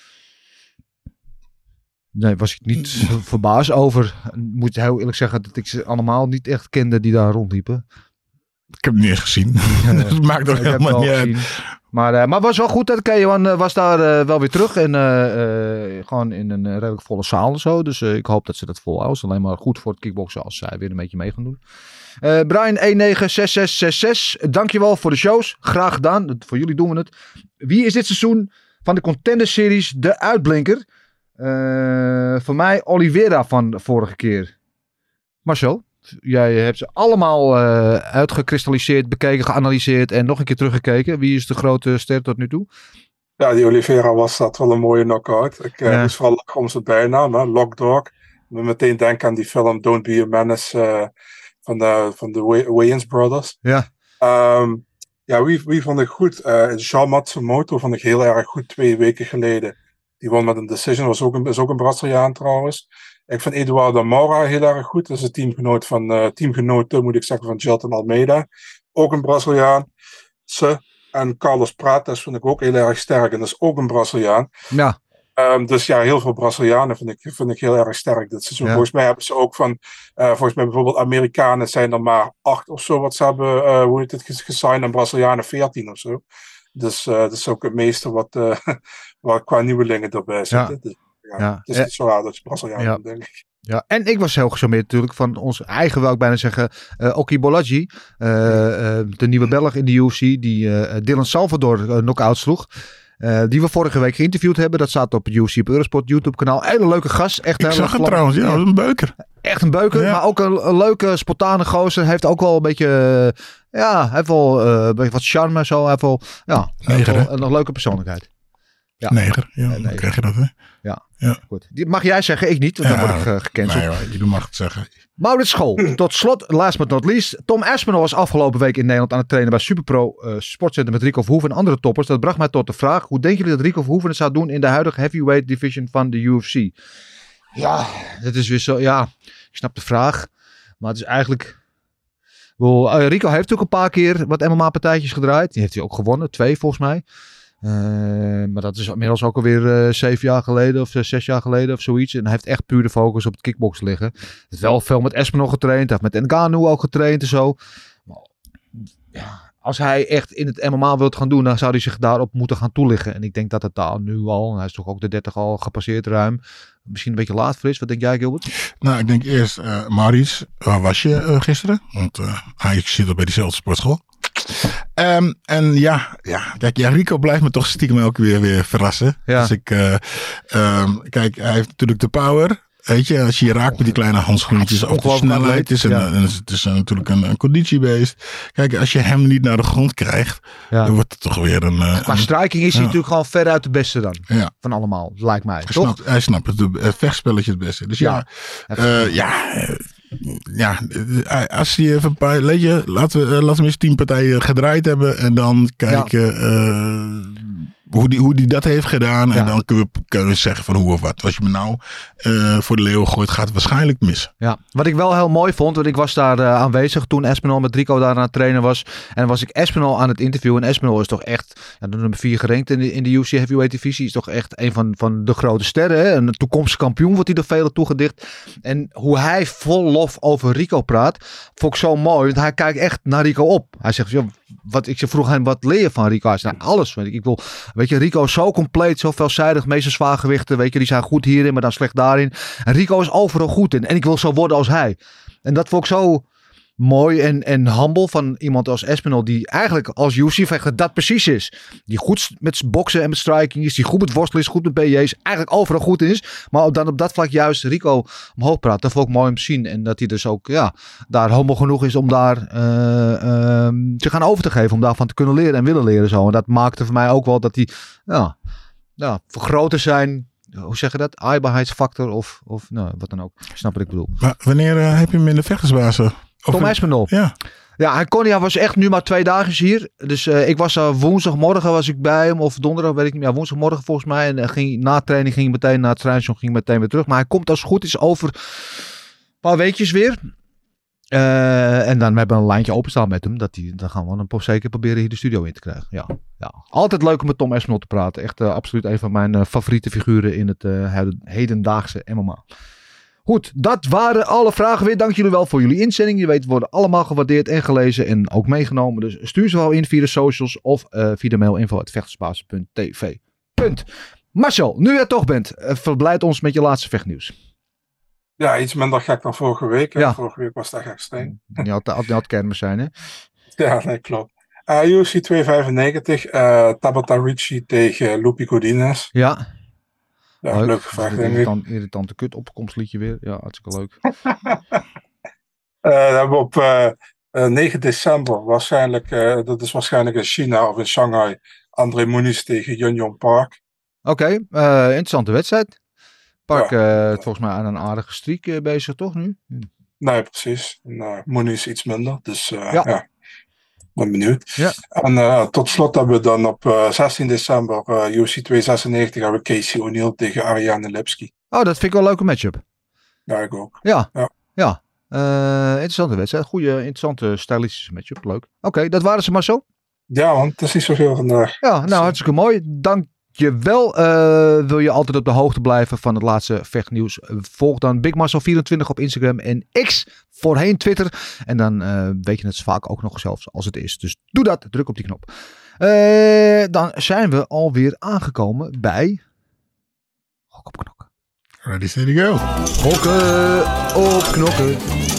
Nee, was ik niet verbaasd over. Ik moet heel eerlijk zeggen dat ik ze allemaal niet echt kende die daar rondliepen. Ik heb het niet eens gezien. Dat maakt ook helemaal niet uit. Maar het was wel goed dat K1 was daar wel weer terug. En gewoon in een redelijk volle zaal en zo. Dus ik hoop dat ze dat volhouden. Alleen maar goed voor het kickboksen als zij weer een beetje mee gaan doen. Brian 196666. Dankjewel voor de shows. Graag gedaan. Voor jullie doen we het. Wie is dit seizoen van de Contender Series de uitblinker? Voor mij Oliveira van de vorige keer. Marcel, jij hebt ze allemaal uitgekristalliseerd, bekeken, geanalyseerd en nog een keer teruggekeken. Wie is de grote ster tot nu toe? Ja, die Oliveira was dat wel een mooie knockout. Ik moest vooral lachen om zijn bijnaam, Lockdog. Ik moet meteen denken aan die film Don't Be a Menace van de Wayans Brothers. Ja. Wie vond ik goed? Jean Matsumoto vond ik heel erg goed 2 weken geleden. Die won met een decision, is ook een Braziliaan trouwens. Ik vind Eduardo Moura heel erg goed. Dat is een teamgenoot moet ik zeggen, van Gilton Almeida. Ook een Braziliaan. En Carlos Prates vind ik ook heel erg sterk. En dat is ook een Braziliaan. Ja. Dus ja, heel veel Brazilianen vind ik heel erg sterk dit seizoen. Ja. Volgens mij hebben ze ook volgens mij bijvoorbeeld Amerikanen zijn er maar 8 of zo wat ze hebben, gesigned en Brazilianen 14 of zo. Dus dat is ook het meeste wat qua nieuwelingen erbij zitten. Dus, het is niet zo raar dat je Brazilianen denk ik. Ja, en ik was heel gecharmeerd natuurlijk van ons eigen, wil ik bijna zeggen, Oki Bolaji. De nieuwe Belg in de UFC, die Dylan Salvador knock-out sloeg. Die we vorige week geïnterviewd hebben. Dat staat op het UFC op Eurosport YouTube kanaal. Hele leuke gast. Echt ik zag het trouwens, dat was een beuker. Echt een beuker, maar ook een leuke spontane gozer. Heeft ook wel een beetje, hij heeft wel een beetje wat charme en zo. Hij heeft wel, een leuke persoonlijkheid. Ja. Neger, dan krijg je dat, hè? Ja. Goed. Die mag jij zeggen, ik niet, want dan word ik gecanceld. Nee, je mag het zeggen. Maurits School, tot slot, last but not least. Tom Aspinall was afgelopen week in Nederland aan het trainen bij Superpro Sportcenter met Rico Verhoeven en andere toppers. Dat bracht mij tot de vraag, hoe denken jullie dat Rico Verhoeven het zou doen in de huidige heavyweight division van de UFC? Ja, dat is weer zo, ik snap de vraag, maar het is eigenlijk... Rico heeft natuurlijk een paar keer wat MMA-partijtjes gedraaid. Die heeft hij ook gewonnen, 2 volgens mij. Maar dat is inmiddels ook alweer 7 jaar geleden of 6 jaar geleden of zoiets. En hij heeft echt puur de focus op het kickboksen liggen. Hij heeft wel veel met Aspinall getraind. Hij heeft met Ngannou ook getraind en zo. Maar, als hij echt in het MMA wilt gaan doen, dan zou hij zich daarop moeten gaan toeleggen. En ik denk dat het daar nu al, hij is toch ook de 30 al gepasseerd ruim. Misschien een beetje laat voor is. Wat denk jij, Gilbert? Nou, ik denk eerst, Maurice, waar was je gisteren? Want hij zit al bij diezelfde sportschool. Kijk, Rico blijft me toch stiekem elke weer verrassen. Ja. Dus kijk, hij heeft natuurlijk de power. Weet je, als je je raakt met die kleine handschoentjes, ook de snelheid is. Het is natuurlijk een conditiebeest. Kijk, als je hem niet naar de grond krijgt, dan wordt het toch weer een... Qua striking is hij natuurlijk gewoon veruit de beste dan. Ja. Van allemaal, lijkt mij. Hij snapt het vechtspelletje het beste. Dus als hij even een paar... laten we eens 10 partijen gedraaid hebben en dan kijken... Hoe die dat heeft gedaan. En dan kunnen we zeggen van hoe of wat. Als je me nou voor de leeuw gooit, gaat het waarschijnlijk mis. Ja, wat ik wel heel mooi vond. Want ik was daar aanwezig toen Aspinall met Rico daar aan het trainen was. En was ik Aspinall aan het interviewen. En Aspinall is toch echt de nummer 4 gerankt in de UFC Heavyweight Divisie. Is toch echt een van de grote sterren. Hè? Een toekomstig kampioen wordt hij door velen toegedicht. En hoe hij vol lof over Rico praat, vond ik zo mooi. Want hij kijkt echt naar Rico op. Hij zegt, ik vroeg hem, wat leer je van Rico? Hij zei, alles. Ik wil Weet je, Rico is zo compleet, zo veelzijdig. Meestal zwaargewichten, weet je, die zijn goed hierin, maar dan slecht daarin. En Rico is overal goed in. En ik wil zo worden als hij. En dat vond ik zo mooi en humble van iemand als Espinal, die eigenlijk als UFC-vechter dat precies is. Die goed met boksen en met striking is, die goed met worstelen is, goed met BJ's, eigenlijk overal goed in is. Maar dan op dat vlak juist Rico omhoog praat. Dat vond ik mooi om te zien. En dat hij dus ook daar humble genoeg is om daar zich aan over te geven. Om daarvan te kunnen leren en willen leren. Zo. En dat maakte voor mij ook wel dat hij vergroten zijn. Hoe zeg je dat? Aaibaarheidsfactor of wat dan ook. Snap wat ik bedoel. Maar wanneer heb je hem in de vechtersbazen? Tom Espinal. Ja. Ja, hij was echt nu maar 2 dagen hier. Dus ik was woensdagmorgen was ik bij hem. Of donderdag, weet ik niet meer. Ja, woensdagmorgen volgens mij. En na training ging hij meteen naar het treinstation. Ging meteen weer terug. Maar hij komt als het goed is over een paar weekjes weer. En dan hebben we een lijntje openstaan met hem. Dan gaan we hem zeker proberen hier de studio in te krijgen. Ja. Altijd leuk om met Tom Espinal te praten. Echt absoluut een van mijn favoriete figuren in het hedendaagse MMA. Goed, dat waren alle vragen weer. Dank jullie wel voor jullie inzending. Je weet, worden allemaal gewaardeerd en gelezen en ook meegenomen. Dus stuur ze wel in via de socials of via de mail info@vechtersbasis.tv. Marcel, nu je er toch bent, verblijd ons met je laatste vechtnieuws. Ja, iets minder gek dan vorige week. Ja. Vorige week was dat echt extreem. Die had kermis zijn, hè? Ja, nee, klopt. UFC 295, Tabata Ricci tegen Lupi Godinez. Ja. Ja, leuk gevecht, denk ik. Irritante kutopkomstliedje weer. Ja, hartstikke leuk. Dat hebben we op 9 december waarschijnlijk, dat is waarschijnlijk in China of in Shanghai, André Muniz tegen Yun Park. Oké, interessante wedstrijd. Park volgens mij aan een aardige streak bezig, toch nu? Nee, precies. Muniz iets minder, dus ja. Ben benieuwd. Ja. En tot slot hebben we dan op 16 december UFC 296 hebben we Casey O'Neill tegen Ariane Lipski. Oh, dat vind ik wel een leuke matchup. Ja, ik ook. Ja. Interessante wedstrijd. Goede, interessante, stylistische matchup. Leuk. Oké, dat waren ze maar zo. Ja, want het is niet zoveel vandaag. Ja, nou hartstikke mooi. Dank je wel. Wil je altijd op de hoogte blijven van het laatste vechtnieuws? Volg dan Big Marcel 24 op Instagram en X, voorheen Twitter. En dan weet je het vaak ook nog zelfs als het is. Dus doe dat. Druk op die knop. Dan zijn we alweer aangekomen bij Gok op knokken. Ready, steady, go. Gokken op knokken.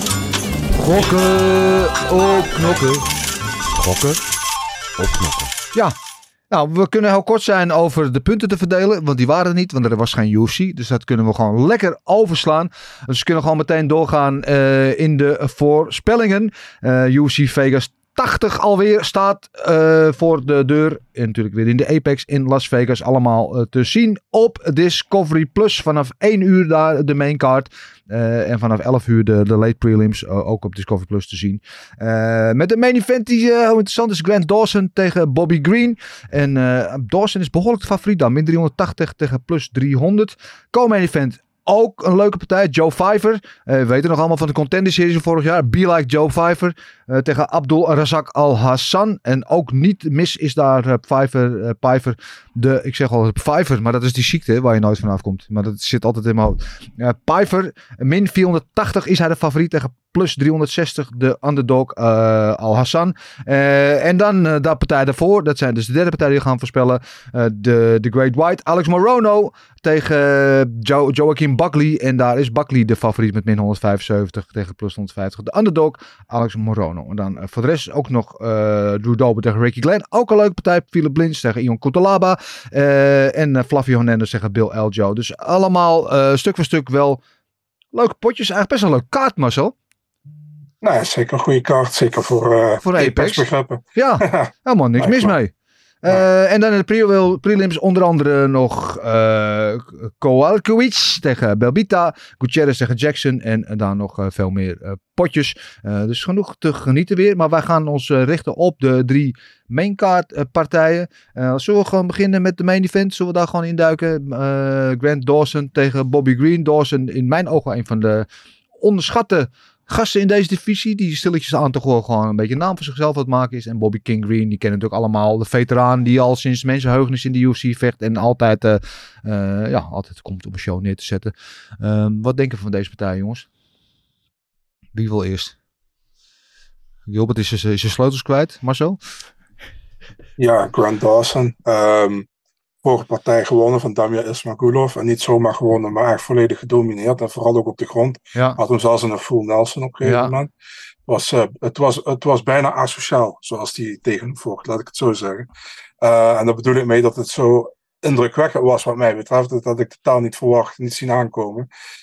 Gokken op knokken. Gokken op knokken. Ja. Nou, we kunnen heel kort zijn over de punten te verdelen. Want die waren er niet, want er was geen UFC. Dus dat kunnen we gewoon lekker overslaan. Dus we kunnen gewoon meteen doorgaan in de voorspellingen. UFC Vegas 80 alweer staat voor de deur. En natuurlijk weer in de Apex in Las Vegas. Allemaal te zien op Discovery Plus. Vanaf 1 uur daar de main card. En vanaf 11 uur de late prelims ook op Discovery Plus te zien. Met de main event die interessant is. Grant Dawson tegen Bobby Green. En Dawson is behoorlijk de favoriet dan. Min 380 tegen plus 300. Co-main event. Ook een leuke partij. Joe Pfeiffer. We weten nog allemaal van de Contender Series van vorig jaar. Be Like Joe Pfeiffer. Tegen Abdul Razak Al Hassan. En ook niet mis is daar Pfeiffer. Ik zeg al Pfeiffer. Maar dat is die ziekte waar je nooit vanaf komt. Maar dat zit altijd in mijn hoofd. Pfeiffer. Min 480 is hij de favoriet tegen plus 360 de underdog Al Hassan. En dan de partij daarvoor. Dat zijn dus de derde partij die we gaan voorspellen. De Great White. Alex Morono tegen Joaquin Buckley. En daar is Buckley de favoriet met min 175 tegen plus 150. De underdog Alex Morono. En dan voor de rest ook nog Drew Dober tegen Ricky Glenn. Ook een leuke partij. Philip Lins tegen Ion Cutelaba. En Flavio Hernandez tegen Bill Eljo. Dus allemaal stuk voor stuk wel leuke potjes. Eigenlijk best wel een leuk kaart, Marcel. Nou, zeker een goede kaart. Zeker voor Apex begrippen. Ja, helemaal niks mis mee. En dan in de prelims onder andere nog Kowalkiewicz tegen Belbita, Gutierrez tegen Jackson en dan nog veel meer potjes. Dus genoeg te genieten weer. Maar wij gaan ons richten op de 3 maincard partijen. Zullen we gewoon beginnen met de main event? Zullen we daar gewoon induiken? Grant Dawson tegen Bobby Green. Dawson in mijn ogen een van de onderschatte gasten in deze divisie, die stilletjes aan toch gewoon een beetje naam voor zichzelf aan het maken is. En Bobby King Green, die kennen natuurlijk allemaal. De veteraan die al sinds mensenheugenis in de UFC vecht en altijd komt om een show neer te zetten. Wat denken we van deze partij, jongens? Wie wil eerst? Gilbert is zijn sleutels kwijt, Marcel? Ja, Grant Dawson. vorige partij gewonnen van Damir Ismagulov. En niet zomaar gewonnen, maar echt volledig gedomineerd. En vooral ook op de grond. Ja. Had hem zelfs in een full Nelson op een gegeven moment. Het was bijna asociaal, zoals hij tegen hem vocht, laat ik het zo zeggen. En daar bedoel ik mee dat het zo indrukwekkend was wat mij betreft. Dat had ik totaal niet verwacht, niet zien aankomen.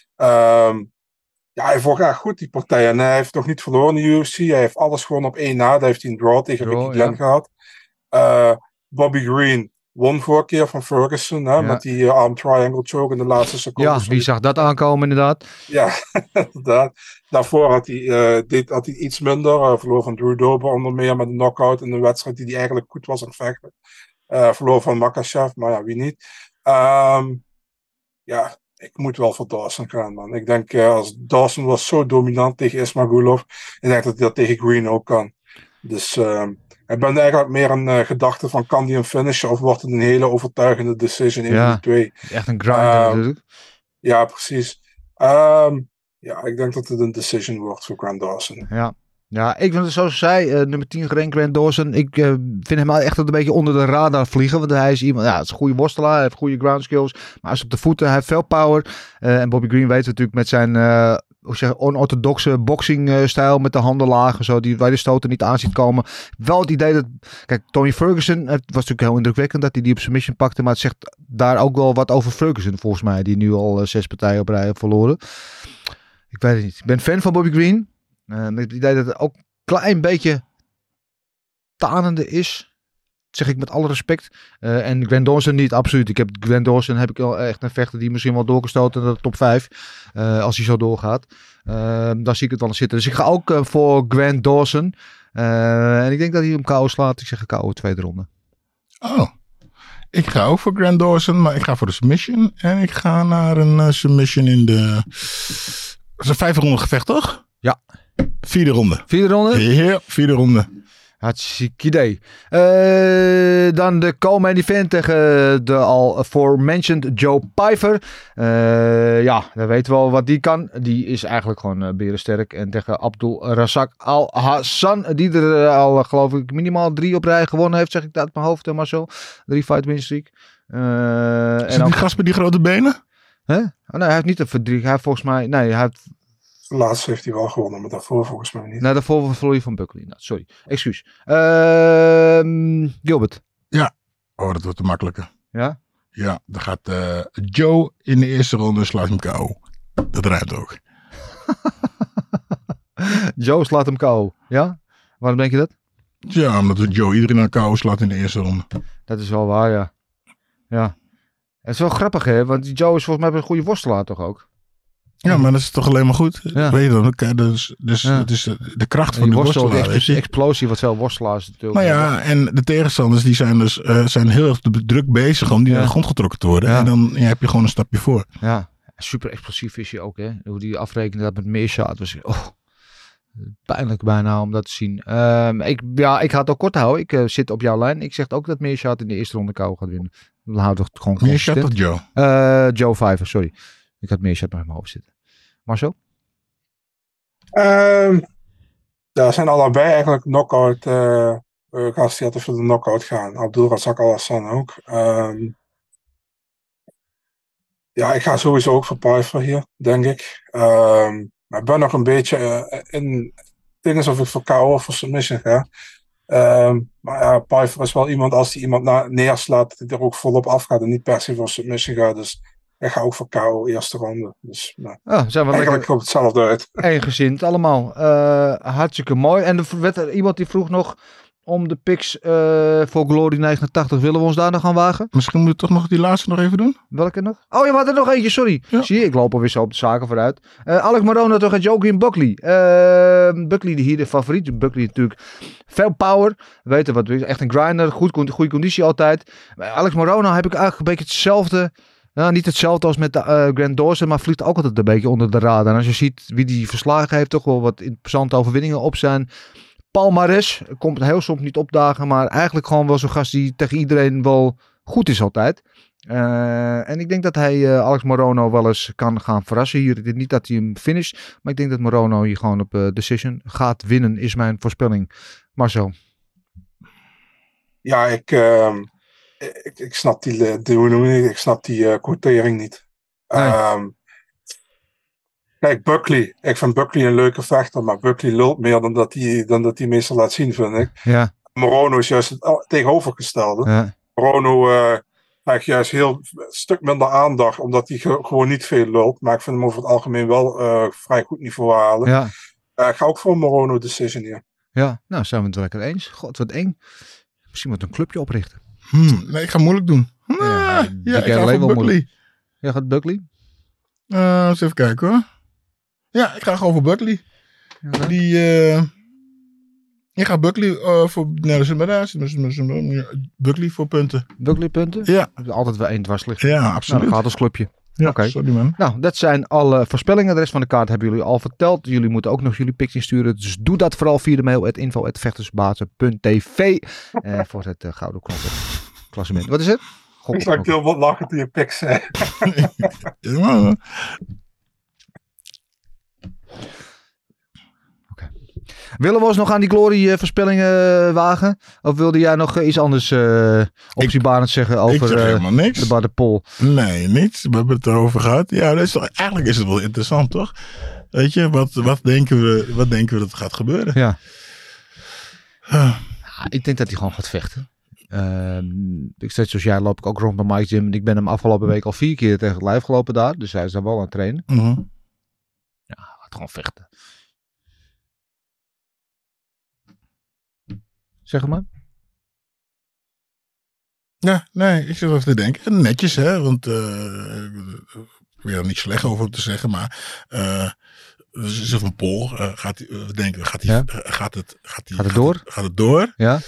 Hij vocht echt goed die partij. En hij heeft nog niet verloren in de UFC. Hij heeft alles gewoon op 1 na. Daar heeft hij een draw tegen Ricky Glenn gehad. Bobby Green won vorige keer van Ferguson. Met die arm triangle choke in de laatste seconde. Ja, wie zag dat aankomen inderdaad? Ja, inderdaad. Daarvoor had hij iets minder. Verloor van Drew Dober onder meer met een knockout in een wedstrijd die hij eigenlijk goed was aan het vechten. Verloor van Makhachev, maar ja, wie niet. Ik moet wel voor Dawson gaan, man. Ik denk, als Dawson was zo dominant tegen Ismagulov, ik denk dat hij dat tegen Green ook kan. Dus ik ben eigenlijk meer een gedachte van, kan die een finishen of wordt het een hele overtuigende decision in die 2? Echt een grind natuurlijk. Ja, precies. Ik denk dat het een decision wordt voor Grant Dawson. Ja, ik vind het zoals je zei, nummer 10 gerankt Grant Dawson. Ik vind hem echt een beetje onder de radar vliegen. Want hij is iemand, het is een goede worstelaar, hij heeft goede ground skills. Maar hij is op de voeten, hij heeft veel power. En Bobby Green weet natuurlijk met zijn onorthodoxe boxingstijl met de handen laag en zo, die waar de stoten niet aan ziet komen. Wel het idee dat, kijk, Tony Ferguson, het was natuurlijk heel indrukwekkend dat hij die op submission pakte, maar het zegt daar ook wel wat over Ferguson volgens mij, die nu al 6 partijen op rij heeft verloren. Ik weet het niet. Ik ben fan van Bobby Green. Met het idee dat het ook een klein beetje tanende is. Dat zeg ik met alle respect. En Grant Dawson niet, absoluut. Grant Dawson heb ik wel echt een vechter die misschien wel doorgestoten naar de top 5. Als hij zo doorgaat. Daar zie ik het wel zitten. Dus ik ga ook voor Grant Dawson. En ik denk dat hij hem KO slaat. Ik zeg KO tweede ronde. Oh. Ik ga ook voor Grant Dawson, maar ik ga voor de submission. En ik ga naar een submission in de... Dat is een 5-ronde gevecht, toch? Ja. 4e ronde. 4e ronde? Ja, 4e ronde. Hartstikke idee. Dan de co-main event tegen de al aforementioned Joe Pyfer. Dan weten we al wat die kan. Die is eigenlijk gewoon berensterk. En tegen Abdul Razak Al Hassan, die er al geloof ik minimaal 3 op rij gewonnen heeft, zeg ik dat uit mijn hoofd, Marcel. 3 fight win streak. Is het die gast met die grote benen? Huh? Oh, nee, hij heeft niet een verdriet. Hij heeft volgens mij... Nee, hij heeft... Laatst heeft hij wel gewonnen, maar daarvoor volgens mij niet. Nee, daarvoor verloor hij van Buckley. Nou, sorry, excuus. Gilbert. Ja. Oh, dat wordt te makkelijker. Ja? Ja, dan gaat Joe in de eerste ronde slaat hem KO. Dat rijdt ook. Joe slaat hem KO. Ja? Waarom denk je dat? Ja, omdat Joe iedereen aan KO slaat in de eerste ronde. Dat is wel waar, ja. Ja. Het is wel grappig, hè? Want die Joe is volgens mij een goede worstelaar toch ook? Ja, maar dat is toch alleen maar goed? Ja. Weet je dan? Dus het is de kracht van de worstelaar. Het is een explosie wat veel worstelaars natuurlijk. Maar ja, en de tegenstanders die zijn dus zijn heel erg druk bezig om die naar de grond getrokken te worden. Ja. En dan heb je gewoon een stapje voor. Ja, super explosief is hij ook, hè? Hoe die afrekende dat met Meerschaat was. Pijnlijk bijna om dat te zien. Ik ga het ook kort houden. Ik zit op jouw lijn. Ik zeg ook dat Meerschaat in de eerste ronde KO gaat winnen. Dan houdt het gewoon Meerschaat of Joe? Joe Pyfer, sorry. Ik had Meerschaat nog in mijn hoofd zitten. Marcel? Ja, zijn allebei eigenlijk knockout gasten die altijd voor de knockout gaan. Abdul Razak Al Hassan ook. Ik ga sowieso ook voor Pyfer hier, denk ik. Maar ik ben nog een beetje in dingen alsof ik voor KO of voor submission ga. Maar ja, Pyfer is wel iemand, als hij iemand neerslaat, dat hij er ook volop afgaat en niet per se voor submission gaat. Dus ik ga ook voor KO eerste ronde. Dus zijn we eigenlijk komt hetzelfde uit. Eengezind allemaal. Hartstikke mooi. En er werd er iemand die vroeg nog om de picks voor Glory 89. Willen we ons daar nog gaan wagen? Misschien moeten we toch nog die laatste nog even doen? Welke nog? Oh, je had er nog eentje, sorry. Ja. Zie je, ik loop alweer zo op de zaken vooruit. Alex Morono tegen Joaquin Buckley. Buckley hier de favoriet. Buckley natuurlijk veel power. We weten wat, echt een grinder. Goede conditie altijd. Bij Alex Morono heb ik eigenlijk een beetje hetzelfde. Nou, niet hetzelfde als met Grant Dawson, maar vliegt ook altijd een beetje onder de radar. En als je ziet wie die verslagen heeft, toch wel wat interessante overwinningen op zijn palmares. Komt heel soms niet opdagen, maar eigenlijk gewoon wel zo'n gast die tegen iedereen wel goed is altijd. En ik denk dat hij Alex Morono wel eens kan gaan verrassen hier. Niet dat hij hem finisht, maar ik denk dat Morono hier gewoon op decision gaat winnen, is mijn voorspelling. Marcel? Ja, Ik snap ik snap die quotering niet. Nee. Kijk, Buckley. Ik vind Buckley een leuke vechter, maar Buckley lult meer dan dat hij meestal laat zien, vind ik. Ja. Morono is juist het tegenovergestelde. Ja. Morono krijgt juist een stuk minder aandacht, omdat hij gewoon niet veel lult. Maar ik vind hem over het algemeen wel vrij goed niveau halen. Ja. Ik ga ook voor een Morono decision hier. Ja, nou zijn we het lekker eens. God, wat eng. Misschien moet een clubje oprichten. Nee, ik ga moeilijk doen. Ik ga voor Buckley. Jij gaat Buckley? Eens even kijken hoor. Ja, ik ga gewoon voor Buckley. Okay. Ik ga Buckley voor... Buckley voor punten. Buckley punten? Ja. Altijd wel één dwarslicht. Ja, Nou, absoluut. dat gaat als clubje. Ja, Oké. sorry man. Nou, dat zijn alle voorspellingen. De rest van de kaart hebben jullie al verteld. Jullie moeten ook nog jullie picks insturen. Dus doe dat vooral via de mail @info@vechtersbazen.tv voor het gouden klassement. Wat is het? Ik zou heel wat lachen toen je picks zei. Willen we ons nog aan die glory-voorspellingen wagen? Of wilde jij nog iets anders optiebarend zeggen over ik zeg helemaal niks. de Badepol? Nee, niets. We hebben het erover gehad. Ja, dat is toch, eigenlijk is het wel interessant, toch? Weet je, wat denken we dat gaat gebeuren? Ja. Ik denk dat hij gewoon gaat vechten. Zoals jij loop ik ook rond bij Mike Gym. En ik ben hem afgelopen week al 4 keer tegen het lijf gelopen daar. Dus hij is daar wel aan het trainen. Ja, hij gaat gewoon vechten. Zeg maar. Ja, nee, ik zit even te denken. Netjes, hè, want ik wil er niet slecht over te zeggen, maar zo van Paul gaat het door? Gaat het door? Ja.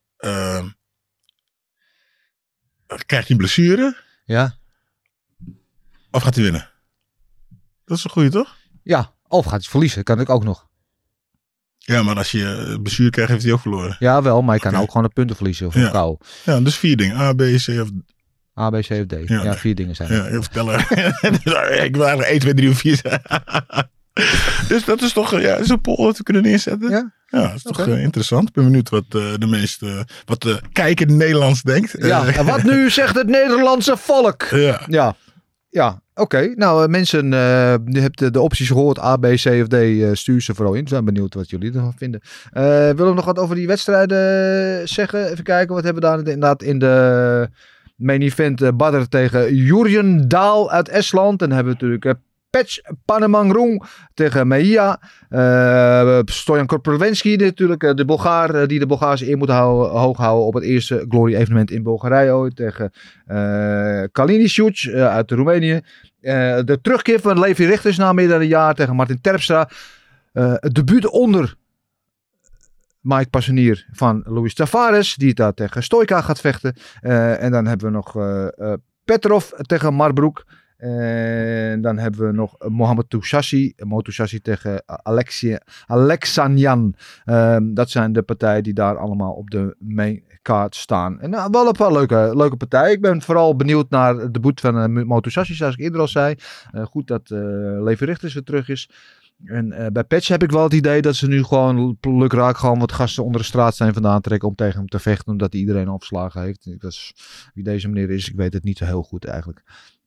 Krijgt hij een blessure? Ja. Of gaat hij winnen? Dat is een goeie, toch? Ja, of gaat hij verliezen, kan ik ook nog. Ja, maar als je blessure krijgt, heeft hij ook verloren. Ja, wel, maar je kan ook gewoon de punten verliezen of een kou. Ja, dus 4 dingen. A, B, C of D. A, B, C of D. Ja, 4 dingen zijn er. Ja, vertel er. Ik wil eigenlijk 1, 2, 3 of 4. Dus dat is toch zo'n poll dat we kunnen neerzetten. Ja, dat is toch interessant. Ik ben benieuwd wat de kijker Nederlands denkt. Ja, en wat nu zegt het Nederlandse volk? Ja. Oké. Nou, mensen, je hebt de opties gehoord. A, B, C of D. Stuur ze vooral in. Ik ben benieuwd wat jullie ervan vinden. Willen we nog wat over die wedstrijden zeggen? Even kijken. Wat hebben we daar inderdaad in de main event? Badr tegen Jurjen Daal uit Estland. En dan hebben we natuurlijk Patch Panemangrong tegen Mejia. Stojan Korpelwenski natuurlijk. De Bulgaar die de Bulgaarse eer moet hoog houden op het eerste Glory evenement in Bulgarije ooit. Tegen Kalinicic uit Roemenië. De terugkeer van Levi Richters na meer dan een jaar tegen Martin Terpstra. Het debuut onder Mike Passonier van Luis Tavares. Die daar tegen Stoica gaat vechten. En dan hebben we nog Petrov tegen Marbroek. En dan hebben we nog Mohamed Touchassi tegen Alexanyan. Dat zijn de partijen die daar allemaal op de main card staan. En wel een paar leuke partijen. Ik ben vooral benieuwd naar het debuut van Touchassi, zoals ik eerder al zei. Goed dat Levi Richters weer terug is. En bij Patch heb ik wel het idee dat ze nu gewoon lukraak gewoon wat gasten onder de straat zijn vandaan trekken om tegen hem te vechten. Omdat hij iedereen afslagen heeft. Dat is, wie deze meneer is, ik weet het niet zo heel goed eigenlijk.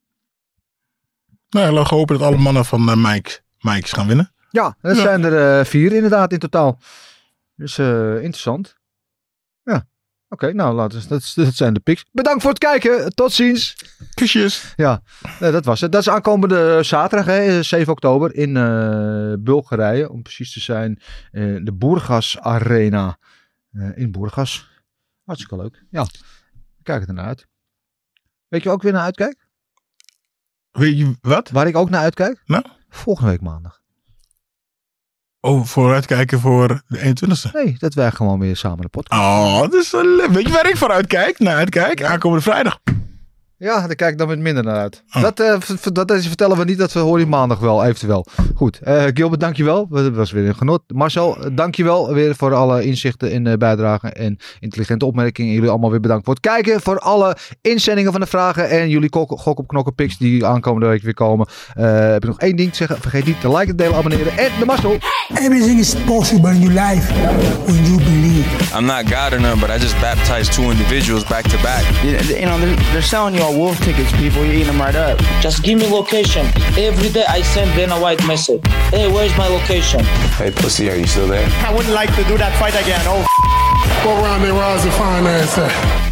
Nou, laten we hopen dat alle mannen van Mike's gaan winnen. Ja, dat zijn er 4 inderdaad in totaal. Dus interessant. Ja, oké, nou dat zijn de picks. Bedankt voor het kijken. Tot ziens. Kusjes. Ja, dat was het. Dat is aankomende zaterdag, hè, 7 oktober in Bulgarije. Om precies te zijn de Burgas Arena in Burgas. Hartstikke leuk. Ja, kijk er naar uit. Weet je ook weer naar uitkijk? Weet je wat? Waar ik ook naar uitkijk? Nou? Volgende week maandag. Oh, vooruitkijken voor de 21ste? Nee, dat wij gewoon weer samen de podcast. Oh, dat is wel leuk. Weet je waar ik voor uitkijk? Naar uitkijk? Aankomende vrijdag. Ja, daar kijk ik dan met minder naar uit. Oh. Dat vertellen we niet, dat hoor je maandag wel, eventueel. Goed, Gilbert, dankjewel. Dat was weer een genot. Marcel, dankjewel weer voor alle inzichten en bijdragen en intelligente opmerkingen. Jullie allemaal weer bedankt voor het kijken, voor alle inzendingen van de vragen en jullie gok op knokken picks die aankomende week weer komen. Heb ik nog één ding te zeggen. Vergeet niet te liken, delen, abonneren en de Marcel. Everything is possible in your life when you believe. I'm not God or none, but I just baptized 2 individuals back to back. You know, they're selling you all wolf tickets, people. You're eating them right up. Just give me location. Every day I send Dana White message. Hey, where's my location? Hey, pussy, are you still there? I wouldn't like to do that fight again. Oh, Go around there, where's the finance at?